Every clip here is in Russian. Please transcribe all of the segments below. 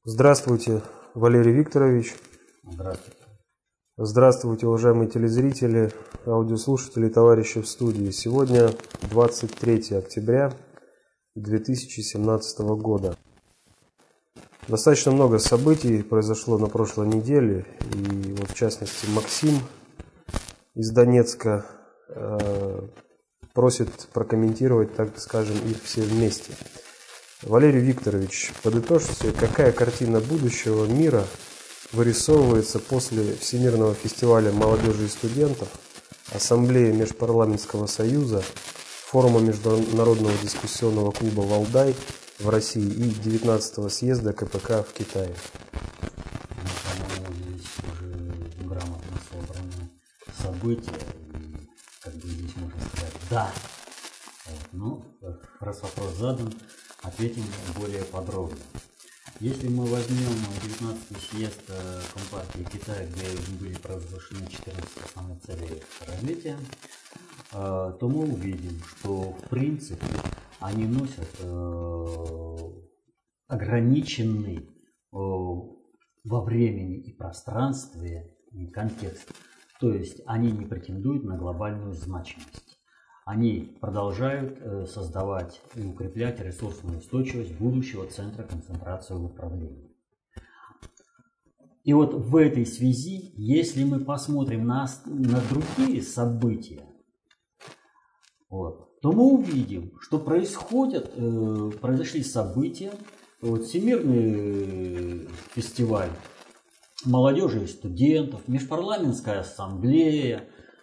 Здравствуйте, Валерий Викторович. Здравствуйте. Здравствуйте, уважаемые телезрители, аудиослушатели, товарищи в студии. Сегодня 23 октября 2017 года. Достаточно много событий произошло на прошлой неделе. И вот в частности Максим из Донецка просит прокомментировать, так скажем, их все вместе. Валерий Викторович, подытожьте, какая картина будущего мира вырисовывается после Всемирного фестиваля молодежи и студентов, Ассамблеи Межпарламентского союза, форума Международного дискуссионного клуба «Валдай» в России и 19-го съезда КПК в Китае? По-моему, здесь уже грамотно собраны события, и как бы здесь можно сказать «да». Но раз вопрос задан, ответим более подробно. Если мы возьмем 19-й съезд Компартии Китая, где были провозглашены 14 основных целей развития, то мы увидим, что в принципе они носят ограниченный во времени и пространстве контекст. То есть они не претендуют на глобальную значимость. Они продолжают создавать и укреплять ресурсную устойчивость будущего центра концентрации в управлении. И вот в этой связи, если мы посмотрим на другие события, то мы увидим, что произошли события. Всемирный фестиваль молодежи и студентов, Межпарламентская ассамблея,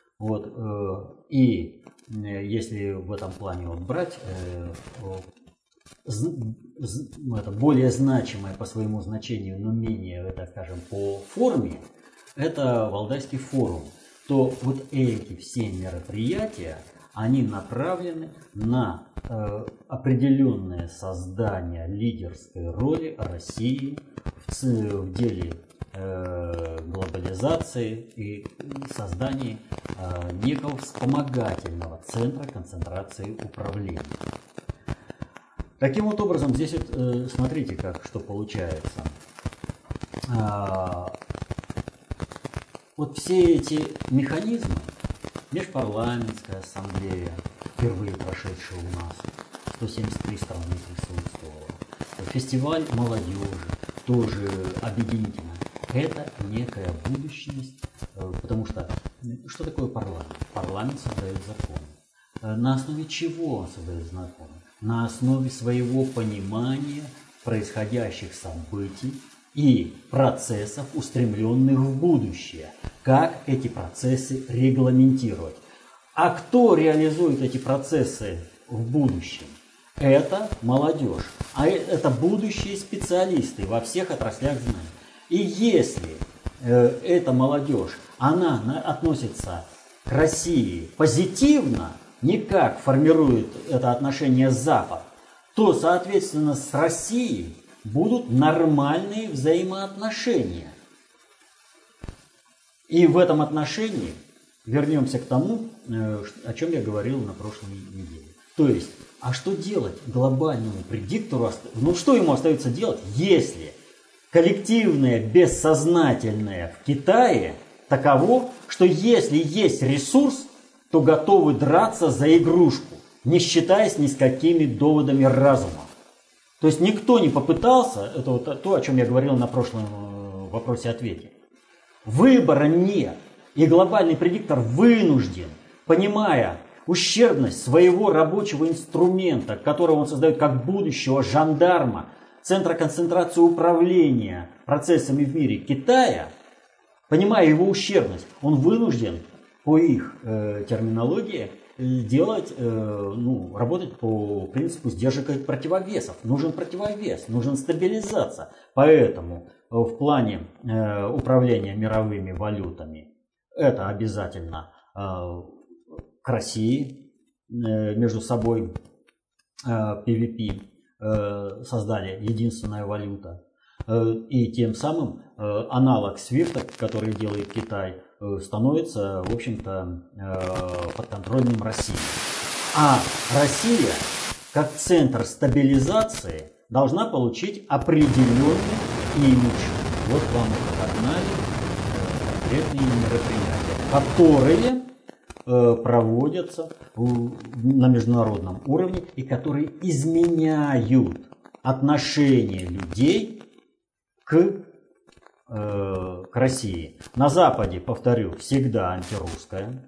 и если в этом плане брать это более значимое по своему значению, но менее, скажем, по форме, это Валдайский форум, то вот эти все мероприятия, они направлены на определенное создание лидерской роли России в деле глобализации и создании некого вспомогательного центра концентрации управления. Таким вот образом, здесь смотрите, что получается. Вот все эти механизмы, Межпарламентская ассамблея, впервые прошедшая у нас, 173 страны присутствовало, фестиваль молодежи, тоже объединительно. Это некая будущность, потому что такое парламент? Парламент создает законы. На основе чего он создает законы? На основе своего понимания происходящих событий и процессов, устремленных в будущее. Как эти процессы регламентировать? А кто реализует эти процессы в будущем? Это молодежь. А это будущие специалисты во всех отраслях знаний. И если эта молодежь, она относится к России позитивно, никак формирует это отношение с Запад, то, соответственно, с Россией будут нормальные взаимоотношения. И в этом отношении вернемся к тому, о чем я говорил на прошлой неделе. То есть, а что делать глобальному предиктору? Что ему остается делать, если коллективное бессознательное в Китае таково, что если есть ресурс, то готовы драться за игрушку, не считаясь ни с какими доводами разума. То есть никто не попытался, это то, о чем я говорил на прошлом вопросе-ответе. Выбора нет. И глобальный предиктор вынужден, понимая ущербность своего рабочего инструмента, которого он создает как будущего жандарма, центра концентрации управления процессами в мире Китая, понимая его ущербность, он вынужден по их терминологии работать по принципу сдержек и противовесов. Нужен противовес, нужна стабилизация. Поэтому в плане управления мировыми валютами это обязательно к России между собой PVP создали единственная валюта. И тем самым аналог SWIFT, который делает Китай, становится, в общем-то, подконтрольным России. А Россия, как центр стабилизации, должна получить определенный имидж. Вот вам подогнали конкретные мероприятия, которые проводятся на международном уровне и которые изменяют отношение людей к России. На Западе, повторю, всегда антирусская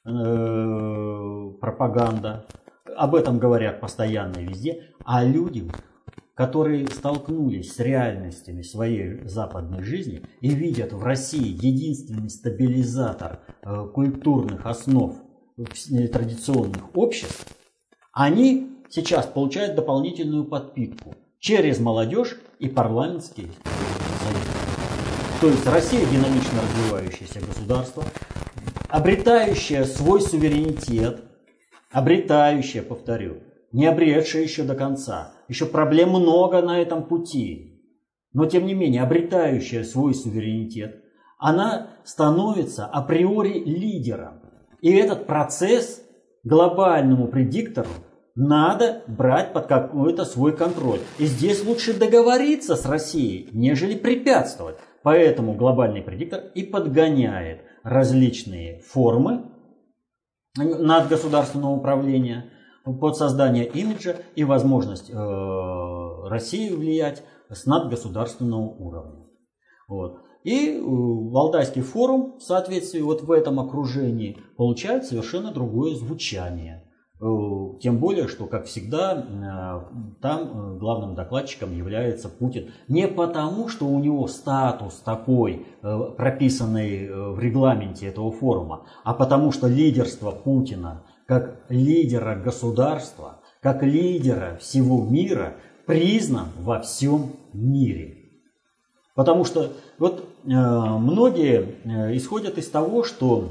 пропаганда. Об этом говорят постоянно везде. А людям, которые столкнулись с реальностями своей западной жизни и видят в России единственный стабилизатор культурных основ традиционных обществ, они сейчас получают дополнительную подпитку через молодежь и парламентские союзы. То есть Россия динамично развивающееся государство, обретающее свой суверенитет, обретающее, повторю, не обретшее еще до конца. Еще проблем много на этом пути. Но тем не менее, обретающая свой суверенитет, она становится априори лидером. И этот процесс глобальному предиктору надо брать под какой-то свой контроль. И здесь лучше договориться с Россией, нежели препятствовать. Поэтому глобальный предиктор и подгоняет различные формы надгосударственного управления под создание имиджа и возможность России влиять с надгосударственного уровня. Вот. И Валдайский форум в соответствии вот в этом окружении получает совершенно другое звучание. Тем более, что, как всегда, там главным докладчиком является Путин. Не потому, что у него статус такой, прописанный в регламенте этого форума, а потому что лидерство Путина, как лидера государства, как лидера всего мира, признан во всем мире. Потому что вот многие исходят из того, что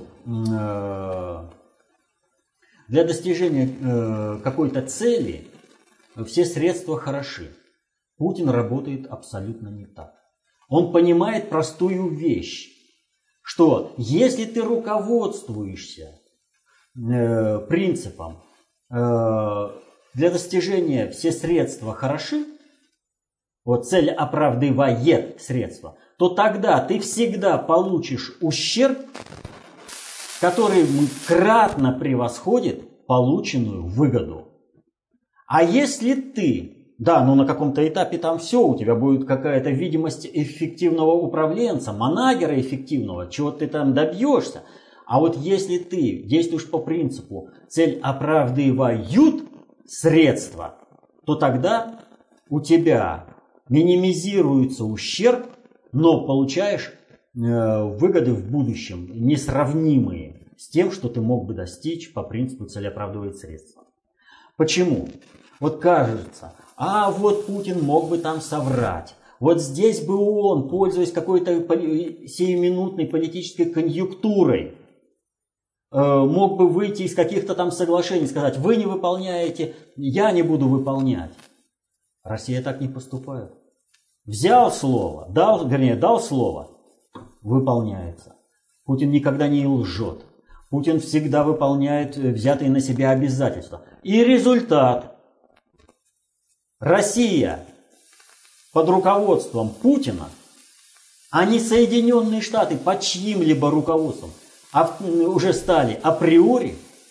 для достижения какой-то цели все средства хороши. Путин работает абсолютно не так. Он понимает простую вещь, что если ты руководствуешься принципом для достижения все средства хороши, вот цель оправдывает средства, то тогда ты всегда получишь ущерб, который кратно превосходит полученную выгоду. А если ты, да, ну на каком-то этапе там все, у тебя будет какая-то видимость эффективного управленца, манагера эффективного, чего ты там добьешься. А вот если ты действуешь по принципу цель оправдывают средства, то тогда у тебя минимизируется ущерб, но получаешь выгоды в будущем несравнимые с тем, что ты мог бы достичь по принципу цель оправдывает средства. Почему? Вот кажется, а вот Путин мог бы там соврать. Вот здесь бы он, пользуясь какой-то сиюминутной политической конъюнктурой, мог бы выйти из каких-то там соглашений, сказать, вы не выполняете, я не буду выполнять. Россия так не поступает. Взял слово, дал слово, выполняется. Путин никогда не лжет. Путин всегда выполняет взятые на себя обязательства. И результат. Россия под руководством Путина, а не Соединенные Штаты под чьим-либо руководством, уже стали априори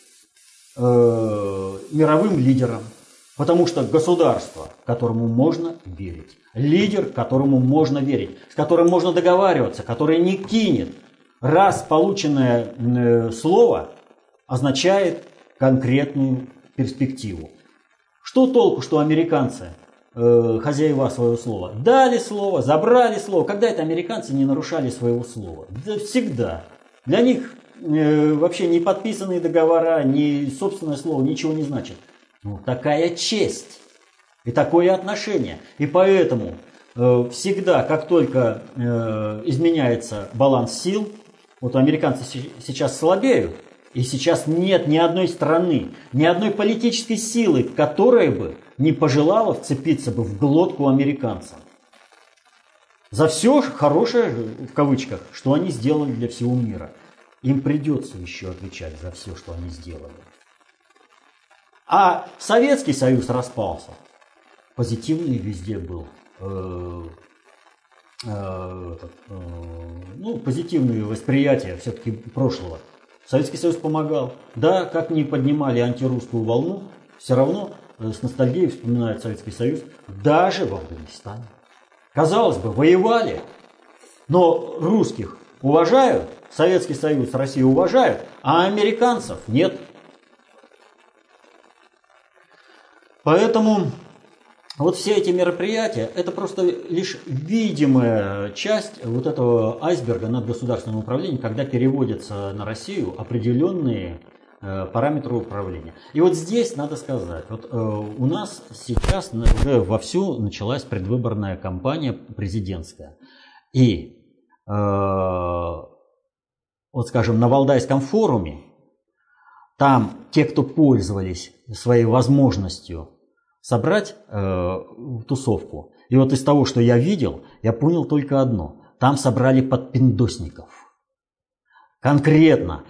мировым лидером. Потому что государство, которому можно верить, лидер, которому можно верить, с которым можно договариваться, который не кинет, раз полученное слово означает конкретную перспективу. Что толку, что американцы, хозяева своего слова, дали слово, забрали слово. Когда это американцы не нарушали своего слова? Да всегда. Для них вообще ни подписанные договора, ни собственное слово ничего не значит. Ну, такая честь и такое отношение. И поэтому всегда, как только изменяется баланс сил, вот американцы сейчас слабеют, и сейчас нет ни одной страны, ни одной политической силы, которая бы не пожелала вцепиться бы в глотку американцам. За все хорошее, в кавычках, что они сделали для всего мира. Им придется еще отвечать за все, что они сделали. А Советский Союз распался. Позитивный везде был позитивные восприятия все-таки прошлого. Советский Союз помогал. Да, как ни поднимали антирусскую волну, все равно с ностальгией вспоминают Советский Союз даже в Афганистане. Казалось бы, воевали, но русских уважают, Советский Союз, Россию уважают, а американцев нет. Поэтому вот все эти мероприятия, это просто лишь видимая часть вот этого айсберга над государственным управлением, когда переводятся на Россию определенные параметры управления. И вот здесь надо сказать, вот у нас сейчас уже вовсю началась предвыборная кампания президентская. И вот, скажем, на Валдайском форуме, там те, кто пользовались своей возможностью собрать тусовку. И вот из того, что я видел, я понял только одно. Там собрали подпиндосников. Конкретно.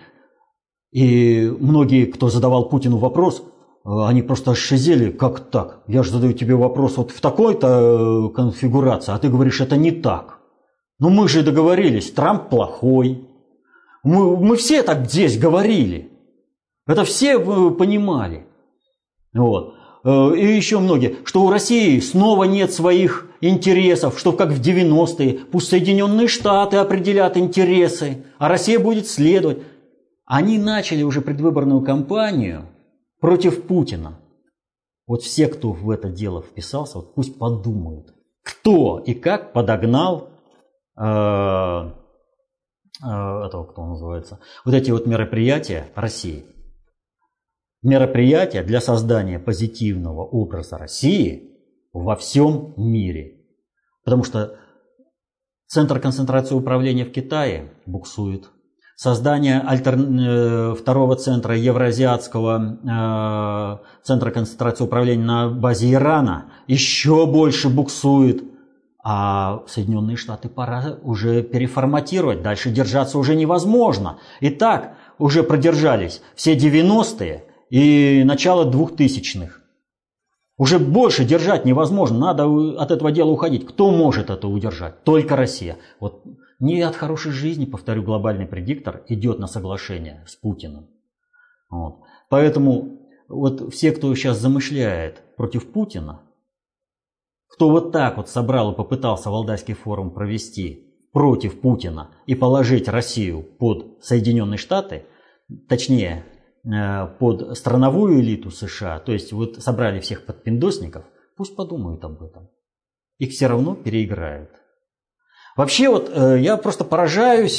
И многие, кто задавал Путину вопрос, они просто шизели, как так? Я же задаю тебе вопрос вот в такой-то конфигурации, а ты говоришь, это не так. Ну мы же договорились, Трамп плохой. Мы все так здесь говорили. Это все понимали. Вот. И еще многие, что у России снова нет своих интересов, что как в 90-е, пусть Соединенные Штаты определят интересы, а Россия будет следовать. Они начали уже предвыборную кампанию против Путина. Вот все, кто в это дело вписался, вот пусть подумают, кто и как подогнал этого, кто называется, вот эти вот мероприятия России. Мероприятия для создания позитивного образа России во всем мире. Потому что Центр концентрации управления в Китае буксует. Создание второго центра Евразиатского центра концентрации управления на базе Ирана еще больше буксует. А Соединенные Штаты пора уже переформатировать. Дальше держаться уже невозможно. И так уже продержались все 90-е и начало 2000-х. Уже больше держать невозможно. Надо от этого дела уходить. Кто может это удержать? Только Россия. Вот не от хорошей жизни, повторю, глобальный предиктор идет на соглашение с Путиным. Вот. Поэтому вот все, кто сейчас замышляет против Путина, кто вот так вот собрал и попытался Валдайский форум провести против Путина и положить Россию под Соединенные Штаты, точнее, под страновую элиту США, то есть вот собрали всех подпиндосников, пусть подумают об этом. Их все равно переиграют. Вообще вот я просто поражаюсь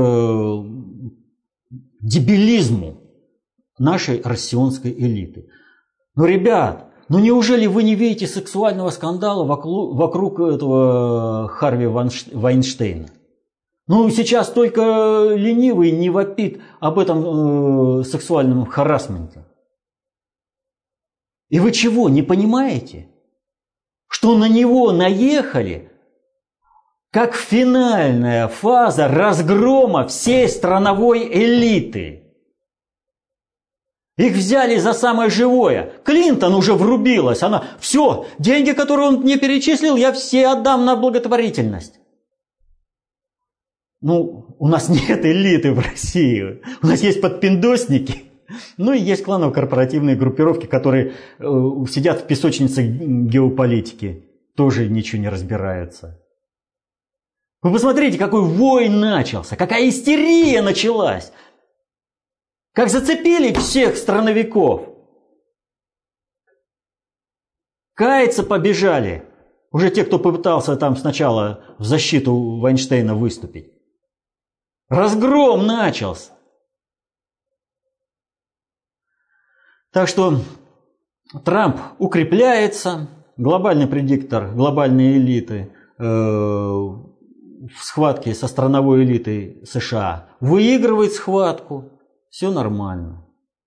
дебилизму нашей россионской элиты. Ну, ребят, ну неужели вы не видите сексуального скандала вокруг этого Харви Вайнштейна? Ну, сейчас только ленивый не вопит об этом сексуальном харассменте. И вы чего, не понимаете? Что на него наехали, как финальная фаза разгрома всей страновой элиты. Их взяли за самое живое. Клинтон уже врубилась. Она, все, деньги, которые он мне перечислил, я все отдам на благотворительность. Ну, у нас нет элиты в России. У нас есть подпиндосники. Ну и есть кланово-корпоративные группировки, которые сидят в песочнице геополитики. Тоже ничего не разбираются. Вы посмотрите, какой вой начался, какая истерия началась. Как зацепили всех страновиков. Каяться побежали. Уже те, кто попытался там сначала в защиту Вайнштейна выступить. Разгром начался. Так что Трамп укрепляется, глобальный предиктор, глобальные элиты в схватке со страновой элитой США выигрывает схватку. Все нормально.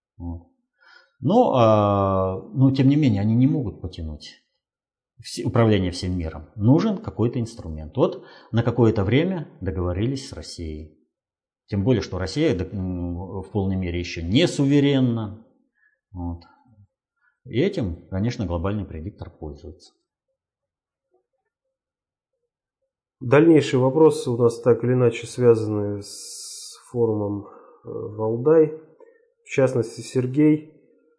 Но, тем не менее, они не могут потянуть управление всем миром. Нужен какой-то инструмент. Вот на какое-то время договорились с Россией. Тем более, что Россия в полной мере еще не суверенна. Вот. И этим, конечно, глобальный предиктор пользуется. Дальнейшие вопросы у нас так или иначе связаны с форумом Валдай. В частности, Сергей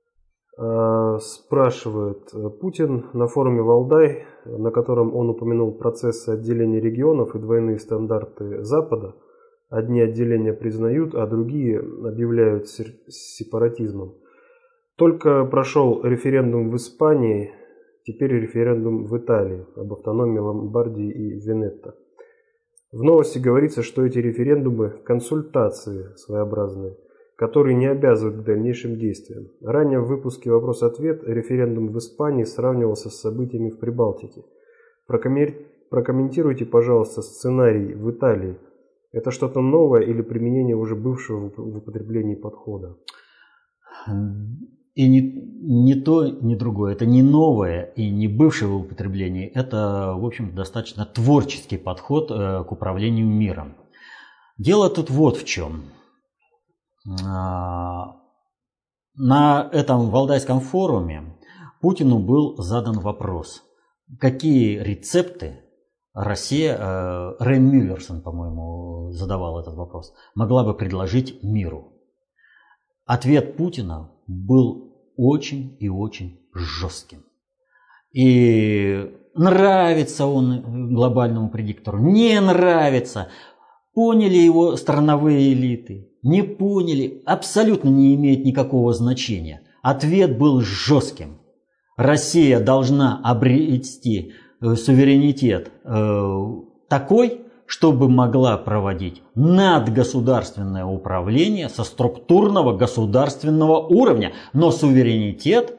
спрашивает: Путин на форуме Валдай, на котором он упомянул процессы отделения регионов и двойные стандарты Запада, одни отделения признают, а другие объявляют сепаратизмом. Только прошел референдум в Испании, теперь референдум в Италии об автономии Ломбардии и Венето. В новости говорится, что эти референдумы – консультации своеобразные, которые не обязывают к дальнейшим действиям. Ранее в выпуске «Вопрос-ответ» референдум в Испании сравнивался с событиями в Прибалтике. Прокомментируйте, пожалуйста, сценарий в Италии. Это что-то новое или применение уже бывшего в употреблении подхода? И ни то, ни другое. Это не новое и не бывшее в употреблении. Это, в общем, достаточно творческий подход к управлению миром. Дело тут вот в чем. На этом Валдайском форуме Путину был задан вопрос, какие рецепты Россия, Рейн Мюллерсон, по-моему, задавал этот вопрос, могла бы предложить миру. Ответ Путина был очень и очень жестким. И нравится он глобальному предиктору, не нравится. Поняли его страновые элиты, не поняли, абсолютно не имеет никакого значения. Ответ был жестким. Россия должна обрести суверенитет такой, чтобы могла проводить надгосударственное управление со структурного государственного уровня. Но суверенитет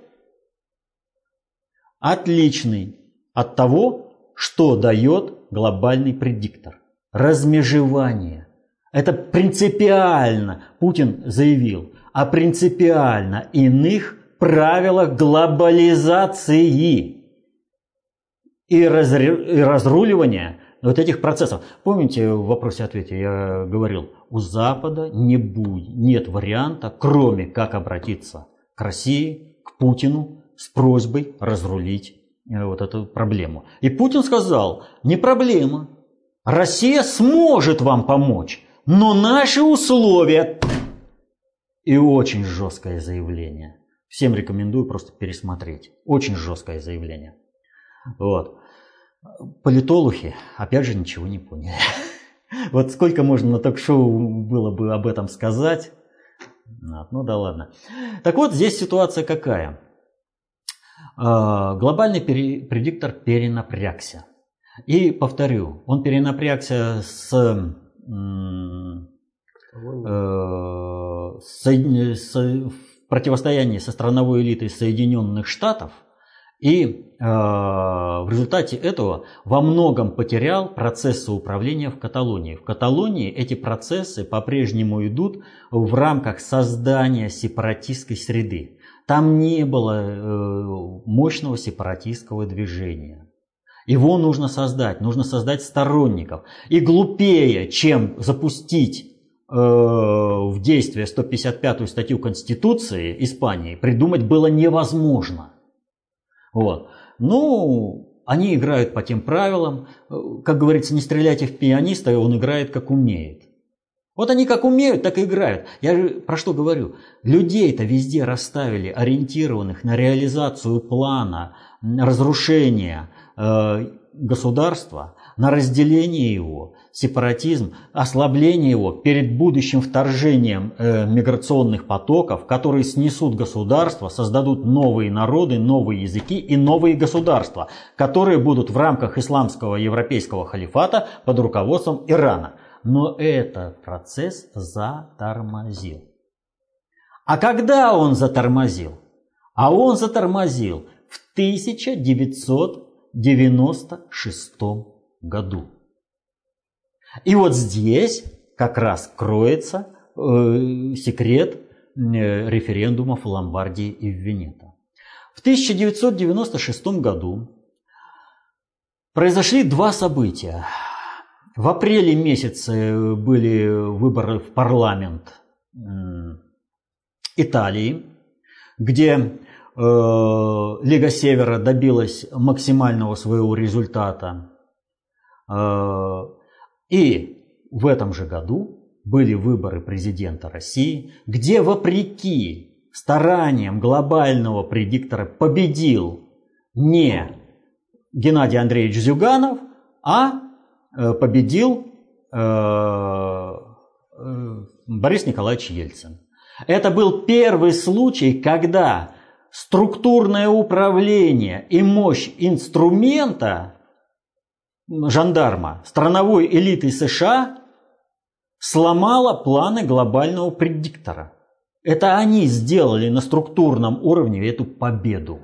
отличный от того, что дает глобальный предиктор. Размежевание. Это принципиально, Путин заявил, о принципиально иных правилах глобализации и разруливания вот этих процессов. Помните, в вопросе-ответе я говорил, у Запада нет варианта, кроме как обратиться к России, к Путину с просьбой разрулить вот эту проблему. И Путин сказал, не проблема, Россия сможет вам помочь, но наши условия... И очень жесткое заявление. Всем рекомендую просто пересмотреть. Очень жесткое заявление. Вот. Политологи, опять же, ничего не поняли. Вот сколько можно на ток-шоу было бы об этом сказать. Ну да ладно. Так вот, здесь ситуация какая? Глобальный предиктор перенапрягся. И повторю, он перенапрягся в противостоянии со страновой элитой Соединенных Штатов. И в результате этого во многом потерял процессы управления в Каталонии. В Каталонии эти процессы по-прежнему идут в рамках создания сепаратистской среды. Там не было мощного сепаратистского движения. Его нужно создать сторонников. И глупее, чем запустить в действие 155-ю статью Конституции Испании, придумать было невозможно. Вот. Ну, они играют по тем правилам. Как говорится, не стреляйте в пианиста, он играет как умеет. Вот они как умеют, так и играют. Я же про что говорю? Людей-то везде расставили, ориентированных на реализацию плана, разрушения государства, на разделение его, сепаратизм, ослабление его перед будущим вторжением миграционных потоков, которые снесут государство, создадут новые народы, новые языки и новые государства, которые будут в рамках исламского европейского халифата под руководством Ирана. Но этот процесс затормозил. А когда он затормозил? А он затормозил в 1996 году. И вот здесь как раз кроется секрет референдумов в Ломбардии и в Венето. В 1996 году произошли два события. В апреле месяце были выборы в парламент Италии, где Лига Севера добилась максимального своего результата. И в этом же году были выборы президента России, где вопреки стараниям глобального предиктора победил не Геннадий Андреевич Зюганов, а победил Борис Николаевич Ельцин. Это был первый случай, когда структурное управление и мощь инструмента жандарма страновой элиты США сломала планы глобального предиктора. Это они сделали на структурном уровне эту победу.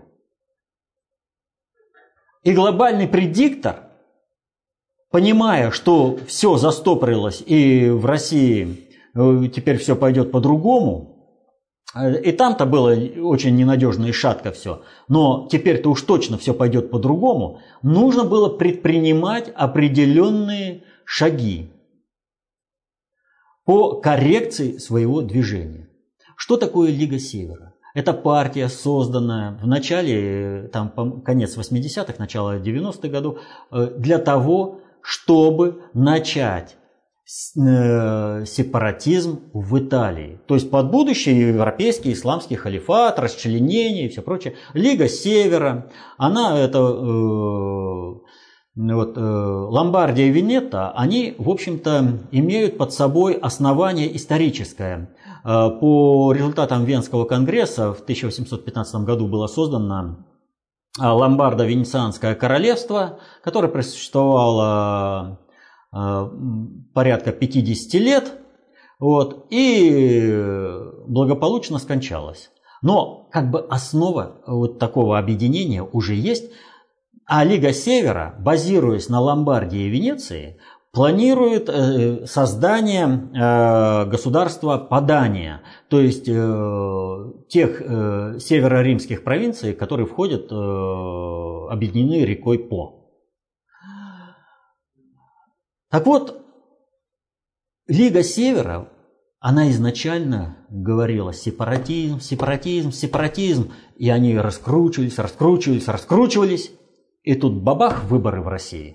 И глобальный предиктор, понимая, что все застопорилось и в России теперь все пойдет по-другому, и там-то было очень ненадежно и шатко все, но теперь-то уж точно все пойдет по-другому, нужно было предпринимать определенные шаги по коррекции своего движения. Что такое Лига Севера? Это партия, созданная в начале, там, конец 80-х, начало 90-х годов, для того, чтобы начать сепаратизм в Италии. То есть под будущий европейский исламский халифат, расчленение и все прочее. Лига Севера, она это Ломбардия и Венето, они, в общем-то, имеют под собой основание историческое. По результатам Венского конгресса в 1815 году было создано Ломбардо-Венецианское королевство, которое просуществовало порядка 50 лет, и благополучно скончалось. Но как бы основа вот такого объединения уже есть, а Лига Севера, базируясь на Ломбардии и Венеции, планирует создание государства Падания, то есть тех северо-римских провинций, которые входят, объединены рекой По. Так вот, Лига Севера, она изначально говорила сепаратизм, сепаратизм, сепаратизм, и они раскручивались, и тут бабах, выборы в России.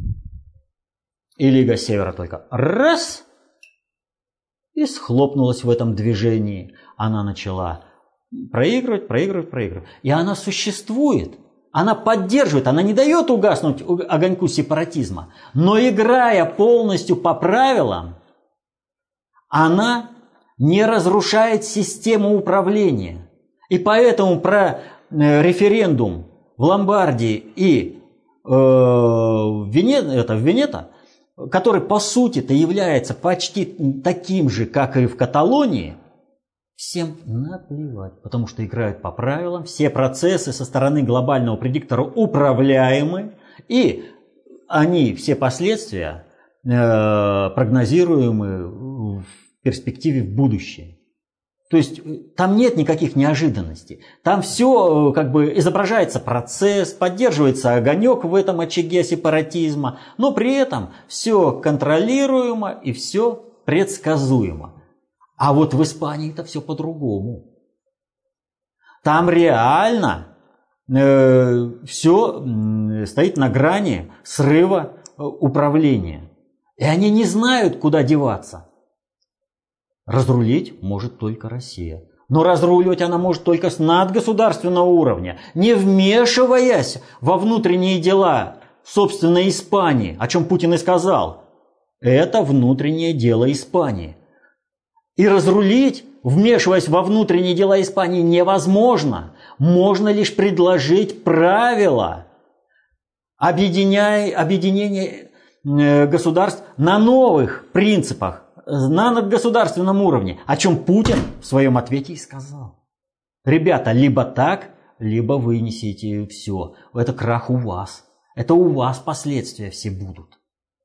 И Лига Севера только раз и схлопнулась в этом движении. Она начала проигрывать. И она существует. Она поддерживает, она не дает угаснуть огоньку сепаратизма, но играя полностью по правилам, она не разрушает систему управления. И поэтому про референдум в Ломбардии и в Венето, который по сути-то является почти таким же, как и в Каталонии, всем наплевать, потому что играют по правилам, все процессы со стороны глобального предиктора управляемы, и они, все последствия, прогнозируемы в перспективе в будущее. То есть там нет никаких неожиданностей. Там все как бы изображается процесс, поддерживается огонек в этом очаге сепаратизма, но при этом все контролируемо и все предсказуемо. А вот в Испании-то все по-другому. Там реально все стоит на грани срыва управления. И они не знают, куда деваться. Разрулить может только Россия. Но разруливать она может только с надгосударственного уровня, не вмешиваясь во внутренние дела собственной Испании, о чем Путин и сказал. Это внутреннее дело Испании. И разрулить, вмешиваясь во внутренние дела Испании, невозможно. Можно лишь предложить правила объединения государств на новых принципах, на надгосударственном уровне, о чем Путин в своем ответе и сказал. Ребята, либо так, либо вы несете все. Это крах у вас. Это у вас последствия все будут.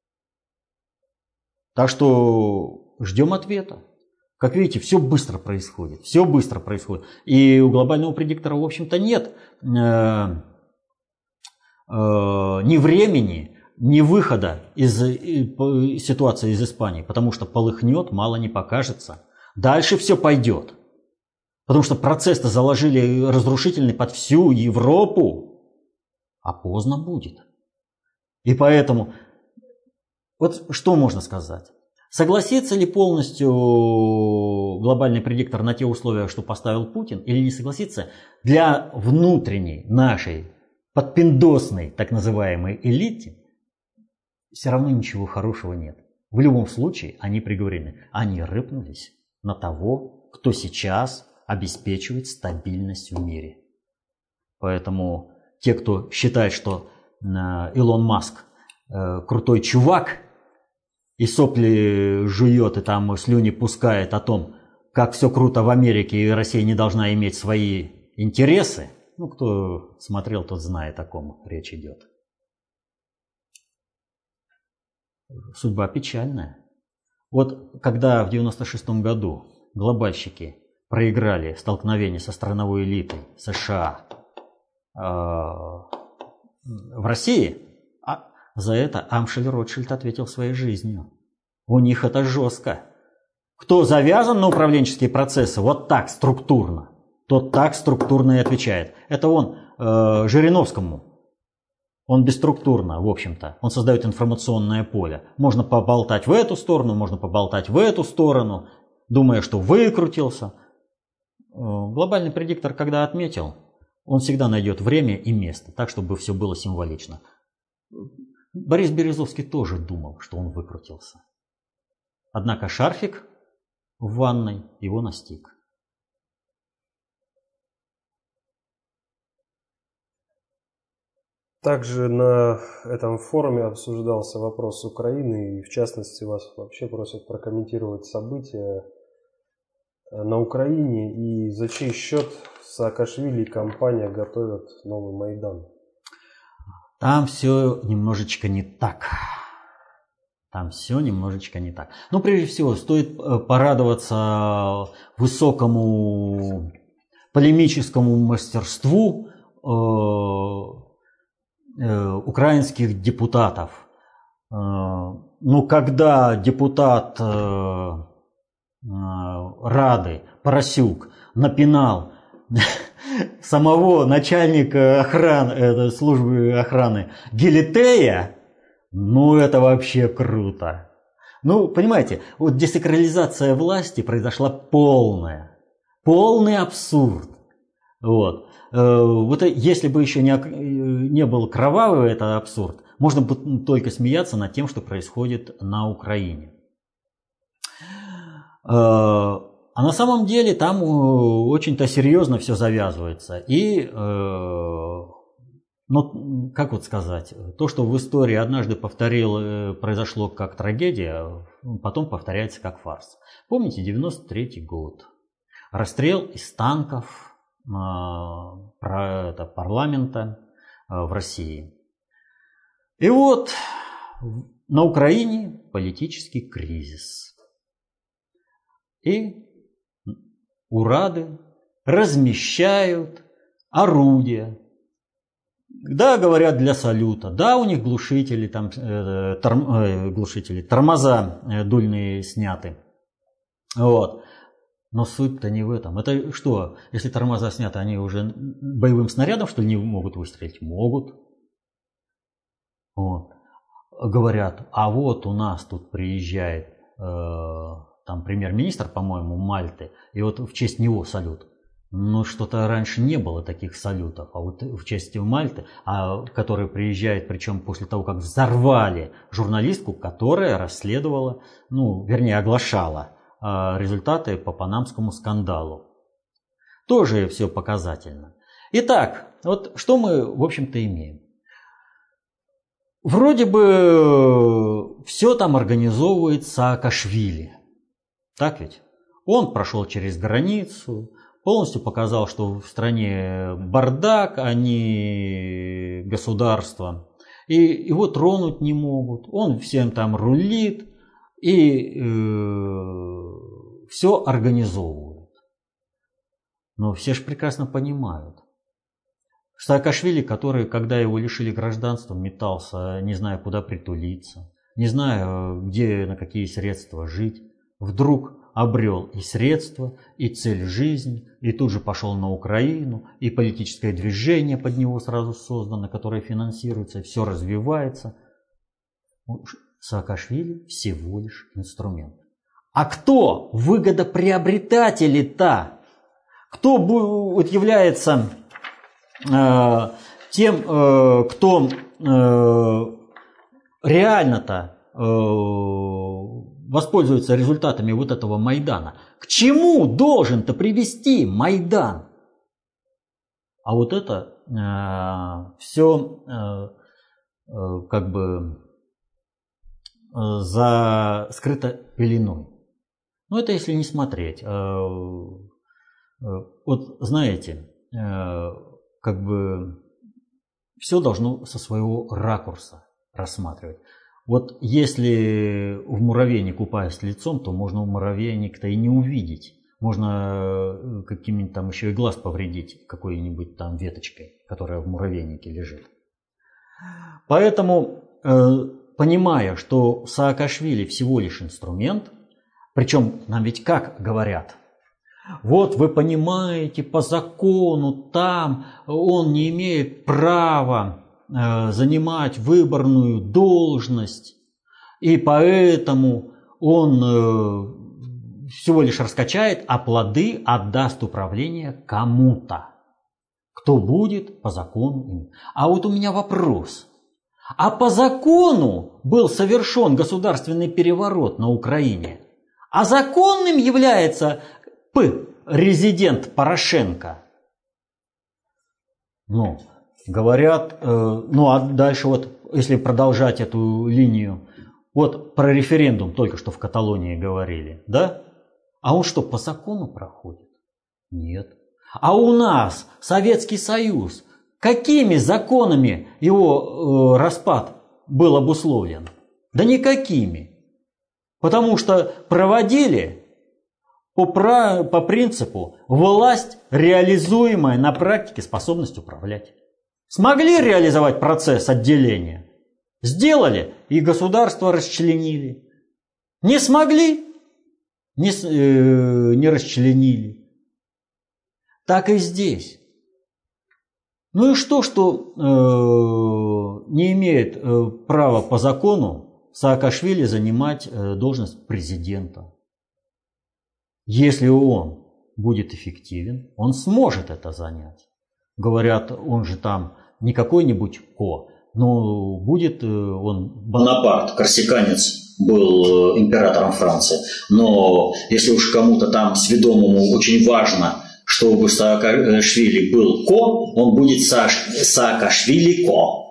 Так что ждем ответа. Как видите, все быстро происходит. Все быстро происходит. И у глобального предиктора, в общем-то, нет ни времени, ни выхода из ситуации из Испании. Потому что полыхнет, мало не покажется. Дальше все пойдет. Потому что процесс-то заложили разрушительный под всю Европу. А поздно будет. И поэтому Вот что можно сказать? Согласится ли полностью глобальный предиктор на те условия, что поставил Путин, или не согласится? Для внутренней нашей подпиндосной так называемой элите все равно ничего хорошего нет. В любом случае они приговорены. Они рыпнулись на того, кто сейчас обеспечивает стабильность в мире. Поэтому те, кто считает, что Илон Маск крутой чувак, и сопли жует, и там слюни пускает о том, как все круто в Америке, и Россия не должна иметь свои интересы, ну, кто смотрел, тот знает, о ком речь идет. Судьба печальная. Вот когда в 96-м году глобальщики проиграли столкновение со страновой элитой США в России, за это Амшель-Ротшильд ответил своей жизнью. У них это жестко. Кто завязан на управленческие процессы вот так структурно, тот так структурно и отвечает. Это он Жириновскому. Он бесструктурно, в общем-то. Он создает информационное поле. Можно поболтать в эту сторону, можно поболтать в эту сторону, думая, что выкрутился. Глобальный предиктор, когда отметил, он всегда найдет время и место, так, чтобы все было символично. Борис Березовский тоже думал, что он выкрутился. Однако шарфик в ванной его настиг. Также на этом форуме обсуждался вопрос Украины, и в частности вас вообще просят прокомментировать события на Украине и за чей счет Саакашвили и компания готовят новый Майдан. Там все немножечко не так. Там все немножечко не так. Ну, прежде всего, стоит порадоваться высокому полемическому мастерству украинских депутатов. Ну, когда депутат Рады Поросюк напинал самого начальника охраны, службы охраны Гелетея, ну это вообще круто. Ну, понимаете, вот десакрализация власти произошла полная. Полный абсурд. Вот. Вот если бы еще не был кровавый этот абсурд, можно бы только смеяться над тем, что происходит на Украине. А на самом деле там очень-то серьезно все завязывается. И, ну, как вот сказать, то, что в истории однажды произошло как трагедия, потом повторяется как фарс. Помните, 93-й год. Расстрел из танков парламента в России. И вот на Украине политический кризис. И урады размещают орудия. Да, говорят, для салюта. Да, у них глушители, там, тормоза дульные сняты. Вот. Но суть-то не в этом. Это что, если тормоза сняты, они уже боевым снарядом, что ли, не могут выстрелить? Могут. Вот. Говорят, а вот у нас тут приезжает там премьер-министр, по-моему, Мальты, и вот в честь него салют. Но что-то раньше не было таких салютов, а вот в честь Мальты, который приезжает, причем после того, как взорвали журналистку, которая расследовала, ну, вернее, оглашала результаты по панамскому скандалу. Тоже все показательно. Итак, вот что мы, в общем-то, имеем. Вроде бы все там организовывает Саакашвили. Так ведь? Он прошел через границу, полностью показал, что в стране бардак, а не государство. И его тронуть не могут. Он всем там рулит и все организовывает. Но все же прекрасно понимают. Саакашвили, который, когда его лишили гражданства, метался, не зная, куда притулиться, не зная, где, на какие средства жить, вдруг обрел и средства, и цель жизни, и тут же пошел на Украину, и политическое движение под него сразу создано, которое финансируется, и все развивается. Саакашвили всего лишь инструмент. А кто выгодоприобретатели-то? Кто является тем, кто реально-то воспользуется результатами вот этого Майдана? К чему должен-то привести Майдан? А вот это все как бы скрыто пеленой. Ну, это если не смотреть. Вот знаете, как бы все должно со своего ракурса рассматривать. Вот если в муравейник упасть лицом, то можно в муравейник-то и не увидеть. Можно каким-нибудь там еще и глаз повредить какой-нибудь там веточкой, которая в муравейнике лежит. Поэтому, понимая, что Саакашвили всего лишь инструмент, причем нам ведь как говорят, вот вы понимаете, по закону там он не имеет права занимать выборную должность, и поэтому он всего лишь раскачает, а плоды отдаст управление кому-то, кто будет по закону. А вот у меня вопрос. А по закону был совершен государственный переворот на Украине, а законным является резидент Порошенко. Ну, говорят, а дальше вот, если продолжать эту линию, вот про референдум только что в Каталонии говорили, да? А он что, по закону проходит? Нет. А у нас Советский Союз, какими законами его распад был обусловлен? Да никакими. Потому что проводили по принципу власть, реализуемая на практике способность управлять. Смогли реализовать процесс отделения? Сделали и государство расчленили. Не смогли? Не расчленили. Так и здесь. Ну и что не имеет права по закону Саакашвили занимать должность президента. Если он будет эффективен, он сможет это занять. Говорят, он же там не какой-нибудь но будет он... Бонапарт, корсиканец, был императором Франции. Но если уж кому-то там сведомому очень важно, чтобы Саакашвили был он будет Саакашвили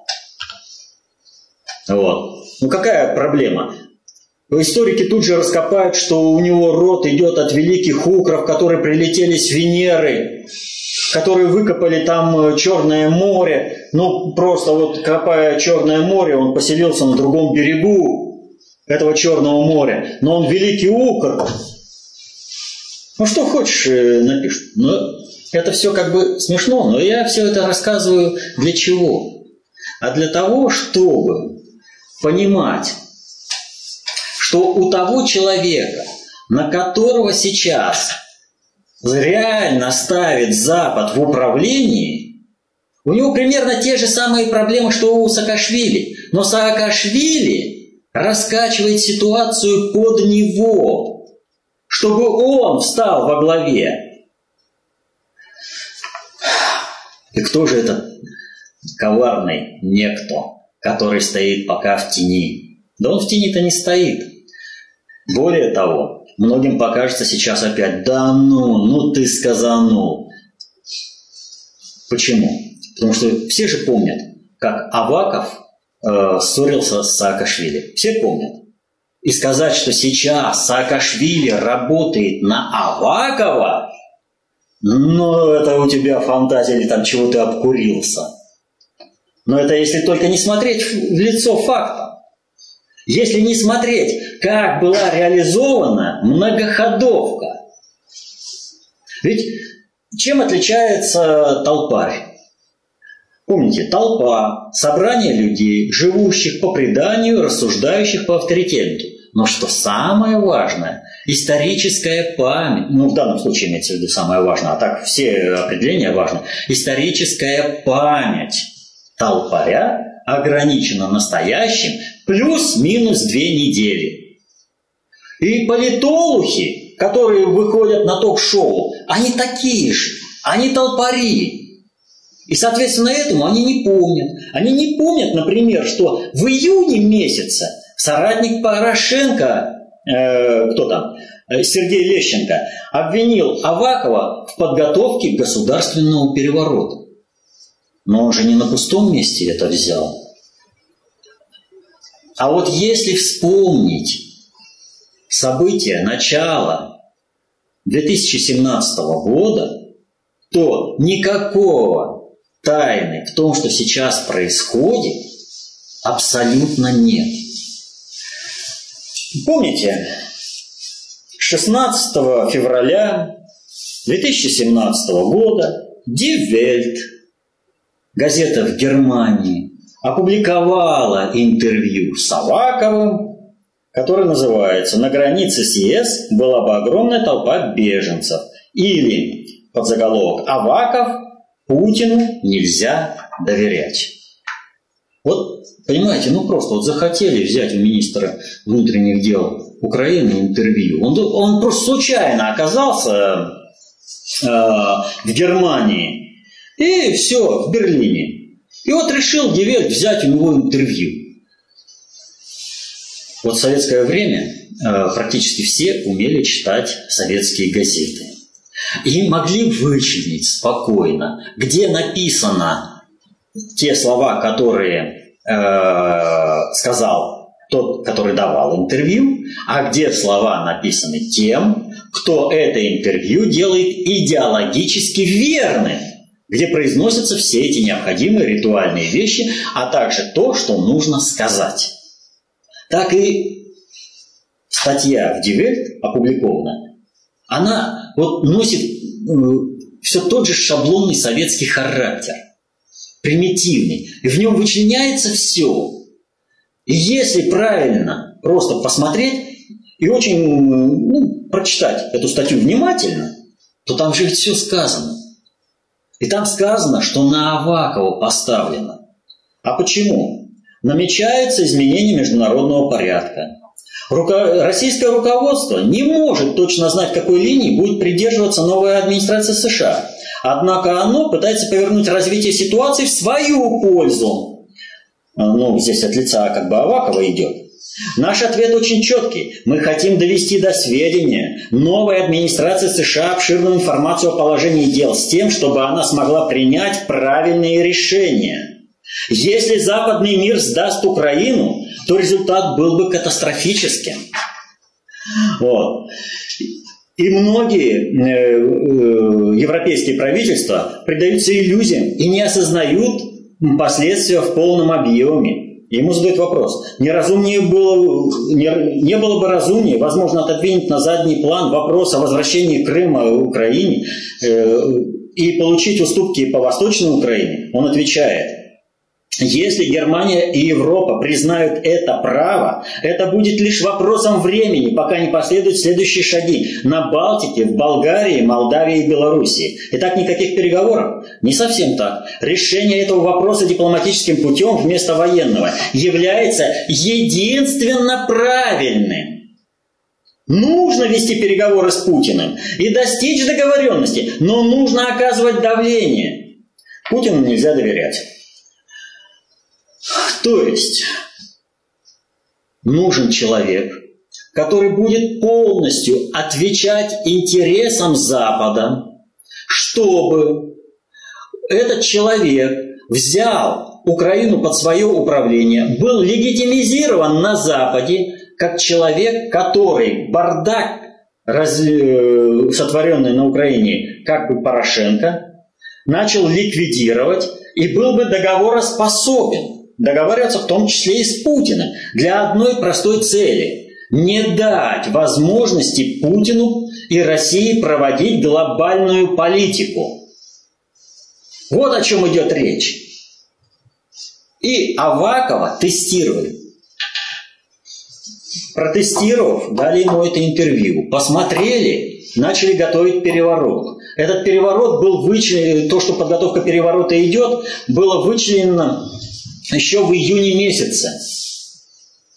Вот. Ну какая проблема? Историки тут же раскопают, что у него род идет от великих укров, которые прилетели с Венеры, которые выкопали там Черное море. Ну, просто вот копая Черное море, он поселился на другом берегу этого Черного моря. Но он великий укр. Ну, что хочешь, напишут. Ну, это все как бы смешно, но я все это рассказываю для чего? А для того, чтобы понимать, что у того человека, на которого сейчас реально ставит Запад в управлении, у него примерно те же самые проблемы, что у Саакашвили. Но Саакашвили раскачивает ситуацию под него, чтобы он встал во главе. И кто же этот коварный некто, который стоит пока в тени? Да он в тени-то не стоит. Более того, многим покажется сейчас опять, да ну ты сказанул. Почему? Потому что все же помнят, как Аваков ссорился с Саакашвили. Все помнят. И сказать, что сейчас Саакашвили работает на Авакова, ну это у тебя фантазия или там чего ты обкурился. Но это если только не смотреть в лицо факта. Если не смотреть, как была реализована многоходовка. Ведь чем отличается толпарь? Помните, толпа – собрание людей, живущих по преданию, рассуждающих по авторитету. Но что самое важное – историческая память. Ну, в данном случае имеется в виду самое важное, а так все определения важны. Историческая память толпаря ограничена настоящим Плюс-минус 2 недели. И политологи, которые выходят на ток-шоу, они такие же, они толпари. И, соответственно, этому они не помнят. Они не помнят, например, что в июне месяце соратник Порошенко, Сергей Лещенко, обвинил Авакова в подготовке государственного переворота. Но он же не на пустом месте это взял. А вот если вспомнить события начала 2017 года, то никакого тайны в том, что сейчас происходит, абсолютно нет. Помните, 16 февраля 2017 года Die Welt, газета в Германии, опубликовала интервью с Аваковым, которое называется «На границе с ЕС была бы огромная толпа беженцев». Или подзаголовок «Аваков, Путину нельзя доверять». Вот, понимаете, просто вот захотели взять у министра внутренних дел Украины интервью. Он просто случайно оказался в Германии. И все, в Берлине. И вот решил Die Welt взять у него интервью. Вот в советское время практически все умели читать советские газеты. И могли вычленить спокойно, где написано те слова, которые сказал тот, который давал интервью, а где слова написаны тем, кто это интервью делает идеологически верным, где произносятся все эти необходимые ритуальные вещи, а также то, что нужно сказать. Так и статья в Die Welt опубликована, она вот носит все тот же шаблонный советский характер, примитивный, и в нем вычленяется все. И если правильно просто посмотреть и очень прочитать эту статью внимательно, то там же ведь все сказано. И там сказано, что на Авакова поставлено. А почему? Намечаются изменения международного порядка. Российское руководство не может точно знать, какой линии будет придерживаться новая администрация США. Однако оно пытается повернуть развитие ситуации в свою пользу. Здесь от лица Авакова идет. Наш ответ очень четкий. Мы хотим довести до сведения новой администрации США обширную информацию о положении дел с тем, чтобы она смогла принять правильные решения. Если западный мир сдаст Украину, то результат был бы катастрофическим. Вот. И многие европейские правительства предаются иллюзиям и не осознают последствия в полном объеме. Ему задают вопрос, не было бы разумнее, возможно, отодвинуть на задний план вопрос о возвращении Крыма Украине и получить уступки по Восточной Украине? Он отвечает, если Германия и Европа признают это право, это будет лишь вопросом времени, пока не последуют следующие шаги на Балтике, в Болгарии, Молдавии и Белоруссии. Итак, никаких переговоров? Не совсем так. Решение этого вопроса дипломатическим путем вместо военного является единственно правильным. Нужно вести переговоры с Путиным и достичь договоренности, но нужно оказывать давление. Путину нельзя доверять. То есть нужен человек, который будет полностью отвечать интересам Запада, чтобы этот человек взял Украину под свое управление, был легитимизирован на Западе как человек, который бардак, сотворенный на Украине как бы Порошенко, начал ликвидировать и был бы договороспособен. Договариваться в том числе и с Путиным для одной простой цели – не дать возможности Путину и России проводить глобальную политику. Вот о чем идет речь. И Авакова тестировали. Протестировав, дали ему это интервью. Посмотрели, начали готовить переворот. Этот переворот был вычислен, то, что подготовка переворота идет, было вычислено еще в июне месяце.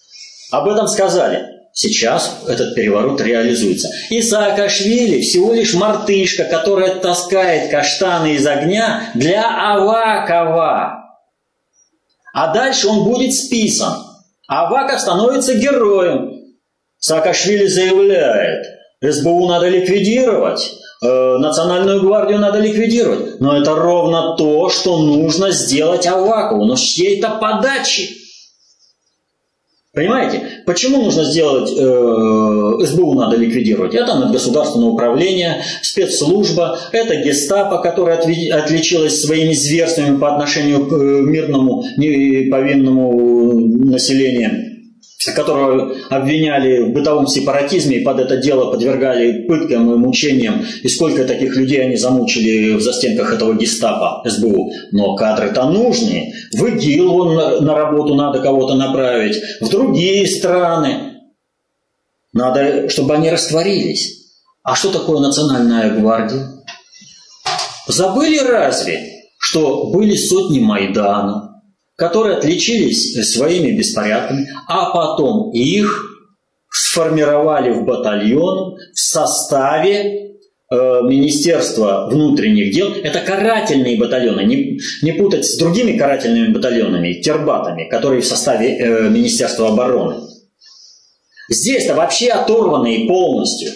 Об этом сказали. Сейчас этот переворот реализуется. И Саакашвили всего лишь мартышка, которая таскает каштаны из огня для Авакова. А дальше он будет списан. Аваков становится героем. Саакашвили заявляет, СБУ надо ликвидировать, Национальную гвардию надо ликвидировать. Но это ровно то, что нужно сделать Авакову, но с чьей-то подачи. Понимаете, почему нужно сделать СБУ надо ликвидировать? Это надгосударственное управление, спецслужба, это гестапо, которое отличилось своими зверствами по отношению к мирному, неповинному населению, которого обвиняли в бытовом сепаратизме и под это дело подвергали пыткам и мучениям. И сколько таких людей они замучили в застенках этого гестапо, СБУ. Но кадры-то нужные. В ИГИЛ вон на работу надо кого-то направить, в другие страны. Надо, чтобы они растворились. А что такое Национальная гвардия? Забыли разве, что были сотни Майданов, которые отличились своими беспорядками, а потом их сформировали в батальон в составе Министерства внутренних дел. Это карательные батальоны, не путать с другими карательными батальонами, тербатами, которые в составе Министерства обороны. Здесь-то вообще оторванные полностью.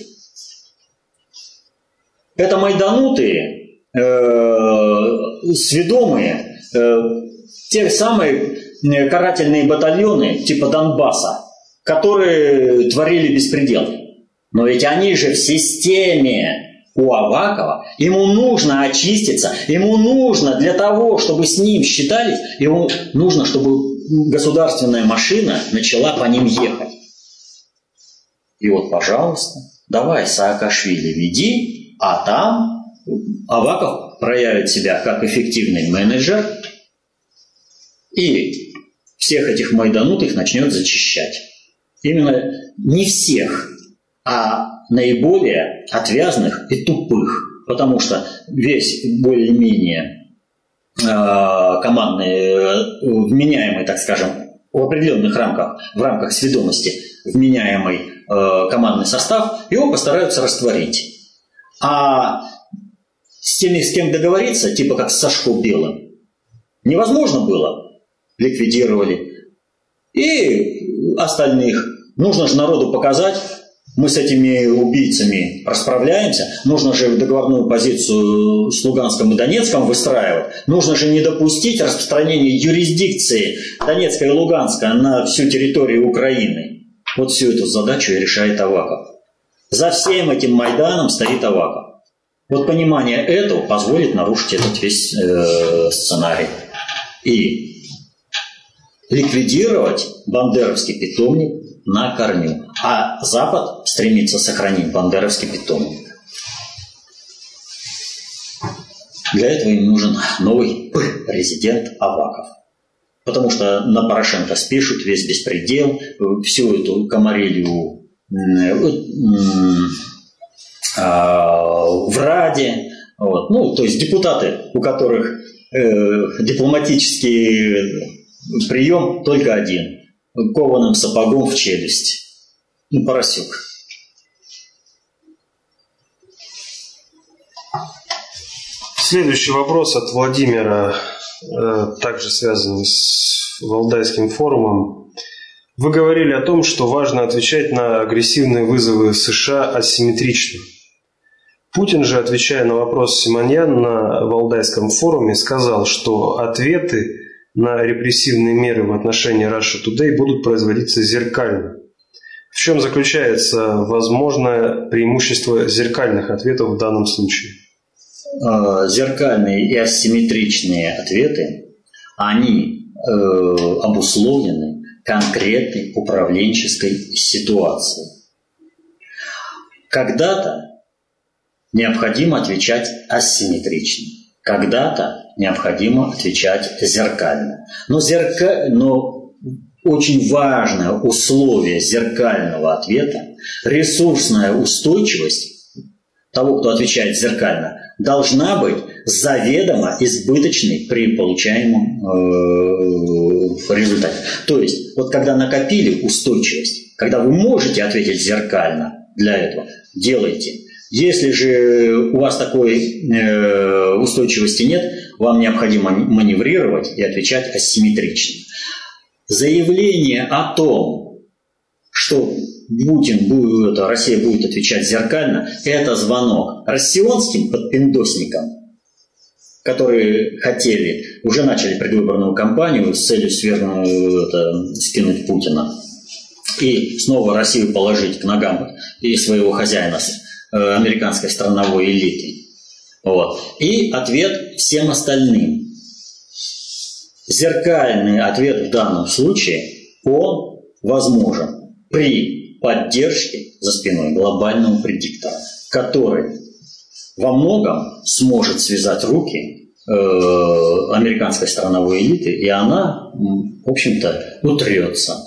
Это майданутые, сведомые, те самые карательные батальоны типа Донбасса, которые творили беспредел. Но ведь они же в системе у Авакова, ему нужно очиститься, ему нужно для того, чтобы с ним считались, ему нужно, чтобы государственная машина начала по ним ехать. И вот, пожалуйста, давай Саакашвили веди, а там Аваков проявит себя как эффективный менеджер и всех этих майданутых начнет зачищать. Именно не всех, а наиболее отвязных и тупых. Потому что весь более-менее командный, вменяемый, так скажем, в определенных рамках, в рамках сведомости, вменяемый командный состав, его постараются растворить. А с теми, с кем договориться, типа как с Сашко Белым, невозможно было. Ликвидировали. И остальных. Нужно же народу показать, мы с этими убийцами расправляемся. Нужно же договорную позицию с Луганском и Донецком выстраивать. Нужно же не допустить распространения юрисдикции Донецка и Луганска на всю территорию Украины. Вот всю эту задачу и решает Аваков. За всем этим Майданом стоит Аваков. Вот понимание этого позволит нарушить этот весь сценарий. И ликвидировать бандеровский питомник на корню. А Запад стремится сохранить бандеровский питомник. Для этого им нужен новый президент Аваков. Потому что на Порошенко спишут весь беспредел, всю эту комарилью в Раде. Вот. Ну, то есть депутаты, у которых дипломатический прием только один. Кованым сапогом в челюсть. Поросюк. Следующий вопрос от Владимира, также связанный с Валдайским форумом. Вы говорили о том, что важно отвечать на агрессивные вызовы США асимметрично. Путин же, отвечая на вопрос Симоньян на Валдайском форуме, сказал, что ответы на репрессивные меры в отношении Russia Today будут производиться зеркально. В чем заключается возможное преимущество зеркальных ответов в данном случае? Зеркальные и асимметричные ответы, они обусловлены конкретной управленческой ситуацией. Когда-то необходимо отвечать асимметрично. Когда-то необходимо отвечать зеркально. Но очень важное условие зеркального ответа – ресурсная устойчивость того, кто отвечает зеркально, должна быть заведомо избыточный при получаемом результате. То есть, вот когда накопили устойчивость, когда вы можете ответить зеркально для этого, делайте. Если же у вас такой устойчивости нет, вам необходимо маневрировать и отвечать асимметрично. Заявление о том, что Россия будет отвечать зеркально, это звонок россионским подпиндосникам, которые уже начали предвыборную кампанию с целью скинуть Путина и снова Россию положить к ногам и своего хозяина, американской страновой элиты. Вот. И ответ всем остальным. Зеркальный ответ в данном случае, он возможен при поддержке за спиной глобального предиктора, который во многом сможет связать руки американской страновой элиты, и она, в общем-то, утрется.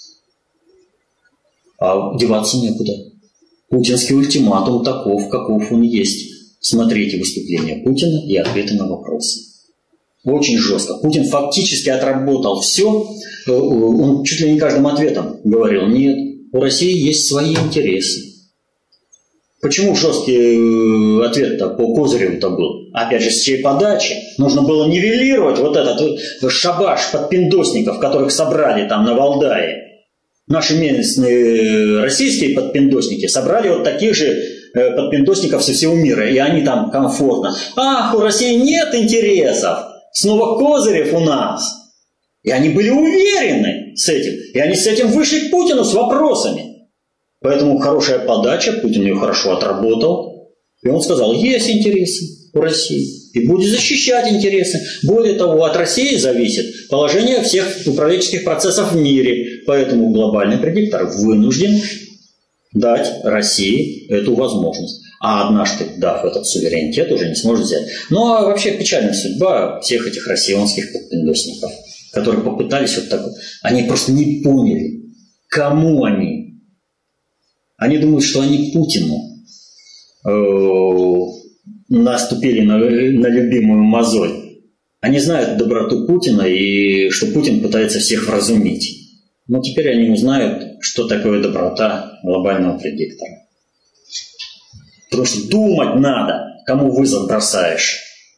А деваться некуда. Путинский ультиматум таков, каков он есть. Смотрите выступления Путина и ответы на вопросы. Очень жестко. Путин фактически отработал все. Он чуть ли не каждым ответом говорил: нет, у России есть свои интересы. Почему жесткий ответ-то по Козыреву-то был? Опять же, с чьей подачи? Нужно было нивелировать вот этот шабаш подпиндосников, которых собрали там на Валдае. Наши местные российские подпиндосники собрали вот таких же подпиндосников со всего мира, и они там комфортно. Ах, у России нет интересов, снова Козырев у нас. И они были уверены с этим, и они с этим вышли к Путину с вопросами. Поэтому хорошая подача, Путин ее хорошо отработал, и он сказал: есть интересы у России, и будет защищать интересы. Более того, от России зависит положение всех управленческих процессов в мире, поэтому глобальный предиктор вынужден дать России эту возможность. А однажды, дав этот суверенитет, уже не сможет взять. Ну а вообще печальная судьба всех этих россионских подпиндосников, которые попытались вот так вот. Они просто не поняли, кому они. Они думают, что они Путину наступили на любимую мозоль. Они знают доброту Путина и что Путин пытается всех вразумить. Но теперь они узнают, что такое доброта глобального предиктора. Потому что думать надо, кому вызов бросаешь.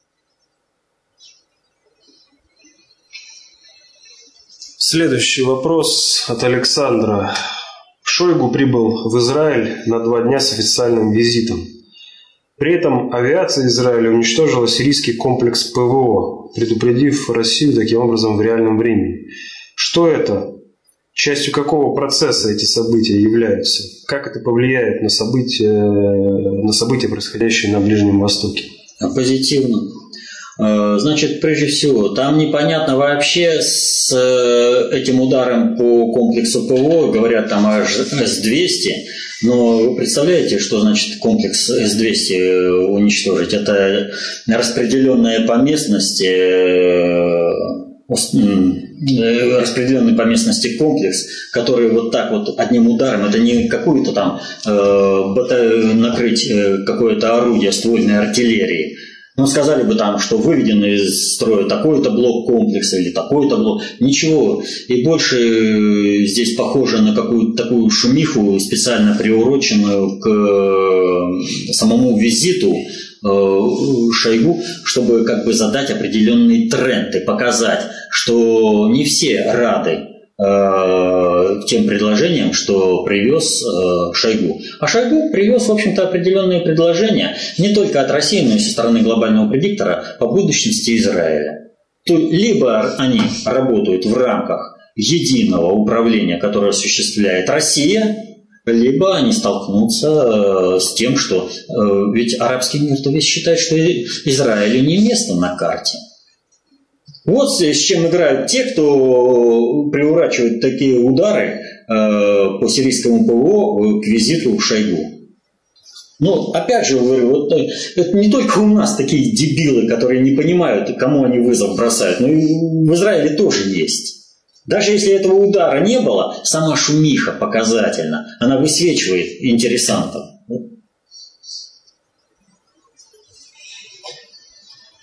Следующий вопрос от Александра. Шойгу прибыл в Израиль на 2 дня с официальным визитом. При этом авиация Израиля уничтожила сирийский комплекс ПВО, предупредив Россию таким образом в реальном времени. Что это? Частью какого процесса эти события являются? Как это повлияет на события, происходящие на Ближнем Востоке? Позитивно. Значит, прежде всего, там непонятно вообще с этим ударом по комплексу ПВО, говорят там аж С-200, но вы представляете, что значит комплекс С-200 уничтожить? Это распределенная по местности комплекс, который вот так вот одним ударом, это не какую-то там накрыть какое-то орудие ствольной артиллерии. Ну, сказали бы там, что выведен из строя такой-то блок комплекса или такой-то блок. Ничего. И больше здесь похоже на какую-то такую шумиху, специально приуроченную к самому визиту Шойгу, чтобы как бы задать определенные тренды, показать, что не все рады тем предложениям, что привез Шойгу. А Шойгу привез, в общем-то, определенные предложения не только от России, но и со стороны глобального предиктора по будущности Израиля. То либо они работают в рамках единого управления, которое осуществляет Россия, либо они столкнутся с тем, что ведь арабский мир-то весь считает, что Израилю не место на карте. Вот с чем играют те, кто приурачивает такие удары по сирийскому ПВО к визиту Шойгу. Но опять же говорю, вот это не только у нас такие дебилы, которые не понимают, кому они вызов бросают, но и в Израиле тоже есть. Даже если этого удара не было, сама шумиха показательна, она высвечивает интересантов.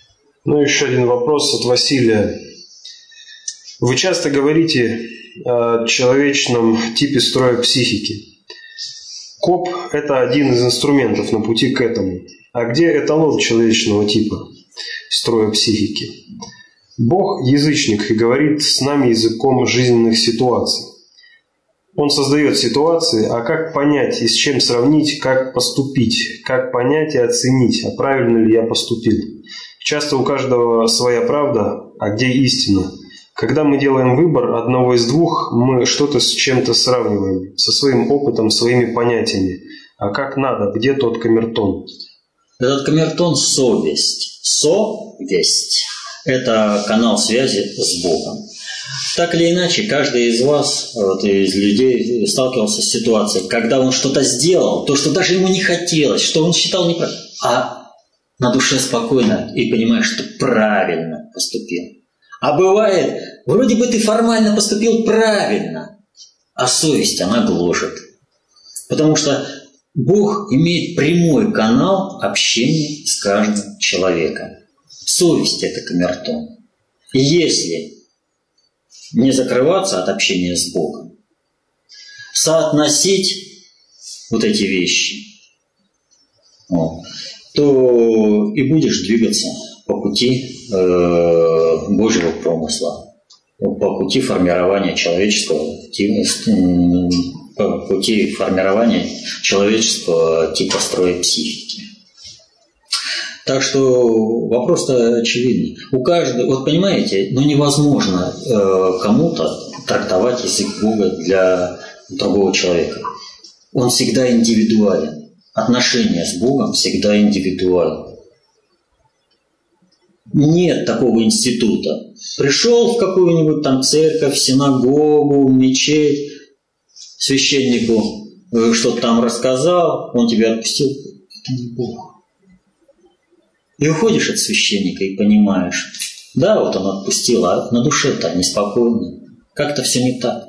Ну, еще один вопрос от Василия. Вы часто говорите о человечном типе строя психики. КОП – это один из инструментов на пути к этому. А где эталон человечного типа строя психики? Бог – язычник и говорит с нами языком жизненных ситуаций. Он создает ситуации, а как понять и с чем сравнить, как поступить, как понять и оценить, а правильно ли я поступил. Часто у каждого своя правда, а где истина? Когда мы делаем выбор одного из двух, мы что-то с чем-то сравниваем, со своим опытом, своими понятиями. А как надо? Где тот камертон? Этот камертон – совесть. Совесть – это канал связи с Богом. Так или иначе, каждый из вас, из людей, сталкивался с ситуацией, когда он что-то сделал, то, что даже ему не хотелось, что он считал неправильным, а на душе спокойно и понимаешь, что правильно поступил. А бывает, вроде бы ты формально поступил правильно, а совесть, она гложет. Потому что Бог имеет прямой канал общения с каждым человеком. Совесть – это камертон. И если не закрываться от общения с Богом, соотносить вот эти вещи, то и будешь двигаться по пути Божьего промысла, по пути формирования человеческого типа строя психики. Так что вопрос-то очевидный. У каждого, вот понимаете, невозможно кому-то трактовать язык Бога для другого человека. Он всегда индивидуален. Отношения с Богом всегда индивидуальны. Нет такого института. Пришел в какую-нибудь там церковь, синагогу, мечеть, священнику что-то там рассказал, он тебя отпустил. Это не Бог. И уходишь от священника и понимаешь, да, вот он отпустил, а на душе-то неспокойно. Как-то все не так.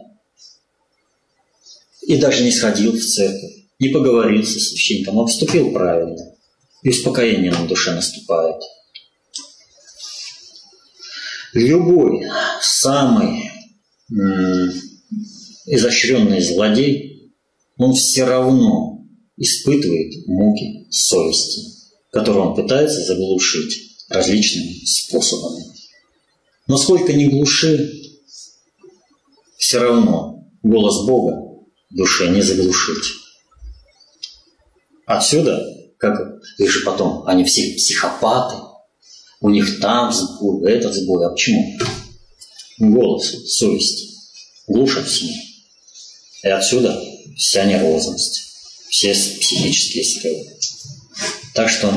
И даже не сходил в церковь, не поговорил со священником, а поступил правильно. И успокоение на душе наступает. Любой самый изощренный злодей, он все равно испытывает муки совести, которую он пытается заглушить различными способами. Но сколько ни глуши, все равно голос Бога в душе не заглушить. Отсюда, их же потом, они все психопаты, у них там сбой, этот сбой. А почему? Голос совести глушат все. И отсюда вся нервозность, все психические стрелы. Так что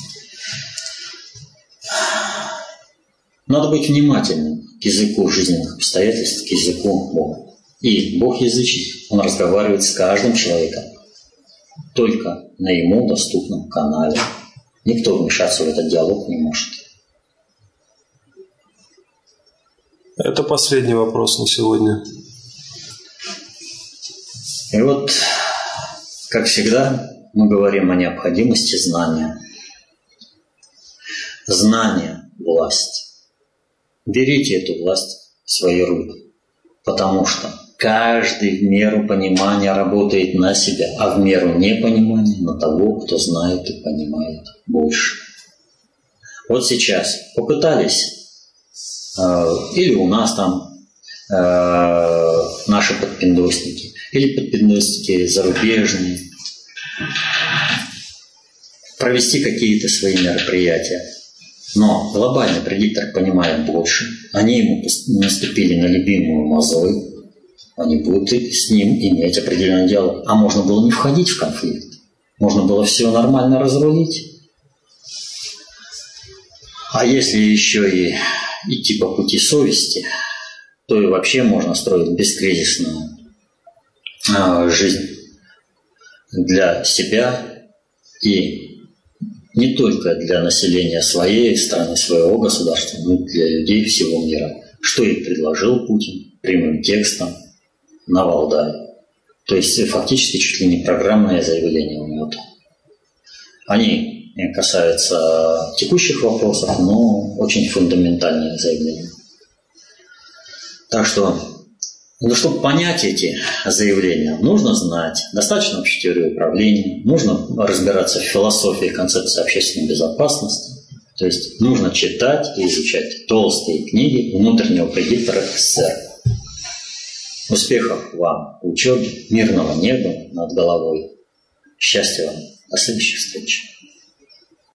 надо быть внимательным к языку жизненных обстоятельств, к языку Бога. И Бог язычник, Он разговаривает с каждым человеком только на ему доступном канале. Никто вмешаться в этот диалог не может. Это последний вопрос на сегодня. И вот, как всегда, мы говорим о необходимости знания. Знание – власть. Берите эту власть в свои руки, потому что каждый в меру понимания работает на себя, а в меру непонимания на того, кто знает и понимает больше. Вот сейчас попытались, или у нас там наши подпиндосники, или подпиндосники зарубежные, провести какие-то свои мероприятия. Но глобальный предиктор понимает больше. Они ему наступили на любимую мозоль. Они будут с ним иметь определенный диалог. А можно было не входить в конфликт. Можно было все нормально разрулить. А если еще и идти по пути совести, то и вообще можно строить бескризисную жизнь для себя и не только для населения своей страны, своего государства, но и для людей всего мира. Что и предложил Путин прямым текстом на Валдае. То есть фактически чуть ли не программное заявление у него. Они касаются текущих вопросов, но очень фундаментальные заявления. Так что, чтобы понять эти заявления, нужно знать достаточно общую теорию управления, нужно разбираться в философии и концепции общественной безопасности, то есть нужно читать и изучать толстые книги внутреннего предиктора СССР. Успехов вам в учебе, мирного неба над головой. Счастья вам. До следующих встреч.